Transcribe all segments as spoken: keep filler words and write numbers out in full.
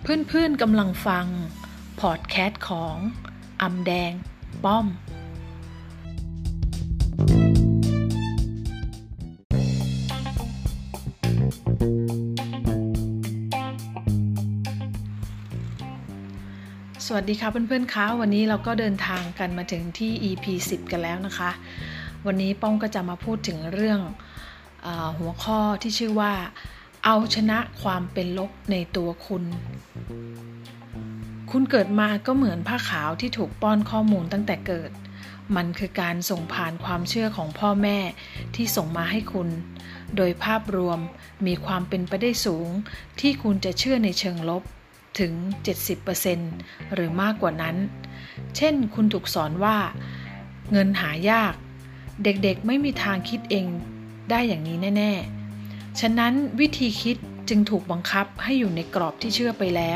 เพื่อนๆกำลังฟังพอดแคสต์ของอำแดงป้อมสวัสดีค่ะเพื่อนๆคะวันนี้เราก็เดินทางกันมาถึงที่ อี พี สิบ กันแล้วนะคะวันนี้ป้อมก็จะมาพูดถึงเรื่องเอ่อหัวข้อที่ชื่อว่าเอาชนะความเป็นลบในตัวคุณคุณเกิดมาก็เหมือนผ้าขาวที่ถูกป้อนข้อมูลตั้งแต่เกิดมันคือการส่งผ่านความเชื่อของพ่อแม่ที่ส่งมาให้คุณโดยภาพรวมมีความเป็นไปได้สูงที่คุณจะเชื่อในเชิงลบถึง เจ็ดสิบเปอร์เซ็นต์ หรือมากกว่านั้นเช่นคุณถูกสอนว่าเงินหายากเด็กๆไม่มีทางคิดเองได้อย่างนี้แน่ๆฉะนั้นวิธีคิดจึงถูกบังคับให้อยู่ในกรอบที่เชื่อไปแล้ว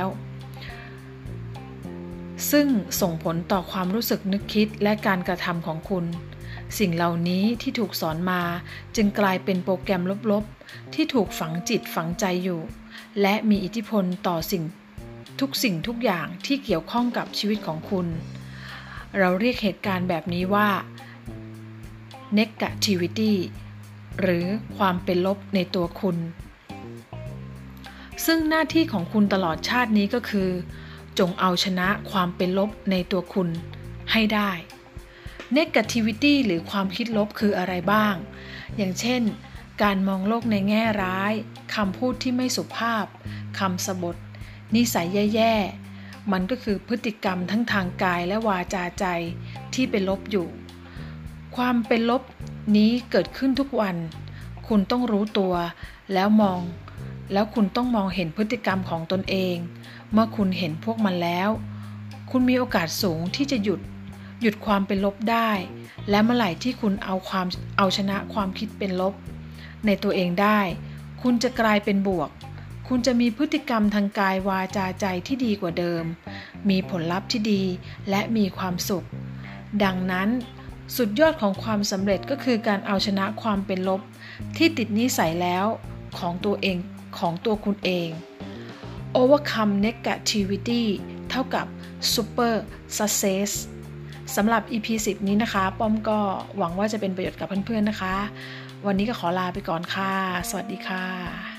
ซึ่งส่งผลต่อความรู้สึกนึกคิดและการกระทำของคุณสิ่งเหล่านี้ที่ถูกสอนมาจึงกลายเป็นโปรแกรมลบๆที่ถูกฝังจิตฝังใจอยู่และมีอิทธิพลต่อสิ่งทุกสิ่งทุกอย่างที่เกี่ยวข้องกับชีวิตของคุณเราเรียกเหตุการณ์แบบนี้ว่า negativity หรือความเป็นลบในตัวคุณซึ่งหน้าที่ของคุณตลอดชาตินี้ก็คือจงเอาชนะความเป็นลบในตัวคุณให้ได้ negativity หรือความคิดลบคืออะไรบ้างอย่างเช่นการมองโลกในแง่ร้ายคำพูดที่ไม่สุภาพคำสบถนิสัยแย่ๆมันก็คือพฤติกรรมทั้งทางกายและวาจาใจที่เป็นลบอยู่ความเป็นลบนี้เกิดขึ้นทุกวันคุณต้องรู้ตัวแล้วมองแล้วคุณต้องมองเห็นพฤติกรรมของตนเองเมื่อคุณเห็นพวกมันแล้วคุณมีโอกาสสูงที่จะหยุดหยุดความเป็นลบได้และเมื่อไหร่ที่คุณเอาความเอาชนะความคิดเป็นลบในตัวเองได้คุณจะกลายเป็นบวกคุณจะมีพฤติกรรมทางกายวาจาใจที่ดีกว่าเดิมมีผลลัพธ์ที่ดีและมีความสุขดังนั้นสุดยอดของความสำเร็จก็คือการเอาชนะความเป็นลบที่ติดนิสัยแล้วของตัวเองของตัวคุณเอง Overcome Negativity เท่ากับ Super Success สำหรับ อี พี สิบ นี้นะคะป้อมก็หวังว่าจะเป็นประโยชน์กับเพื่อนๆนะคะวันนี้ก็ขอลาไปก่อนค่ะสวัสดีค่ะ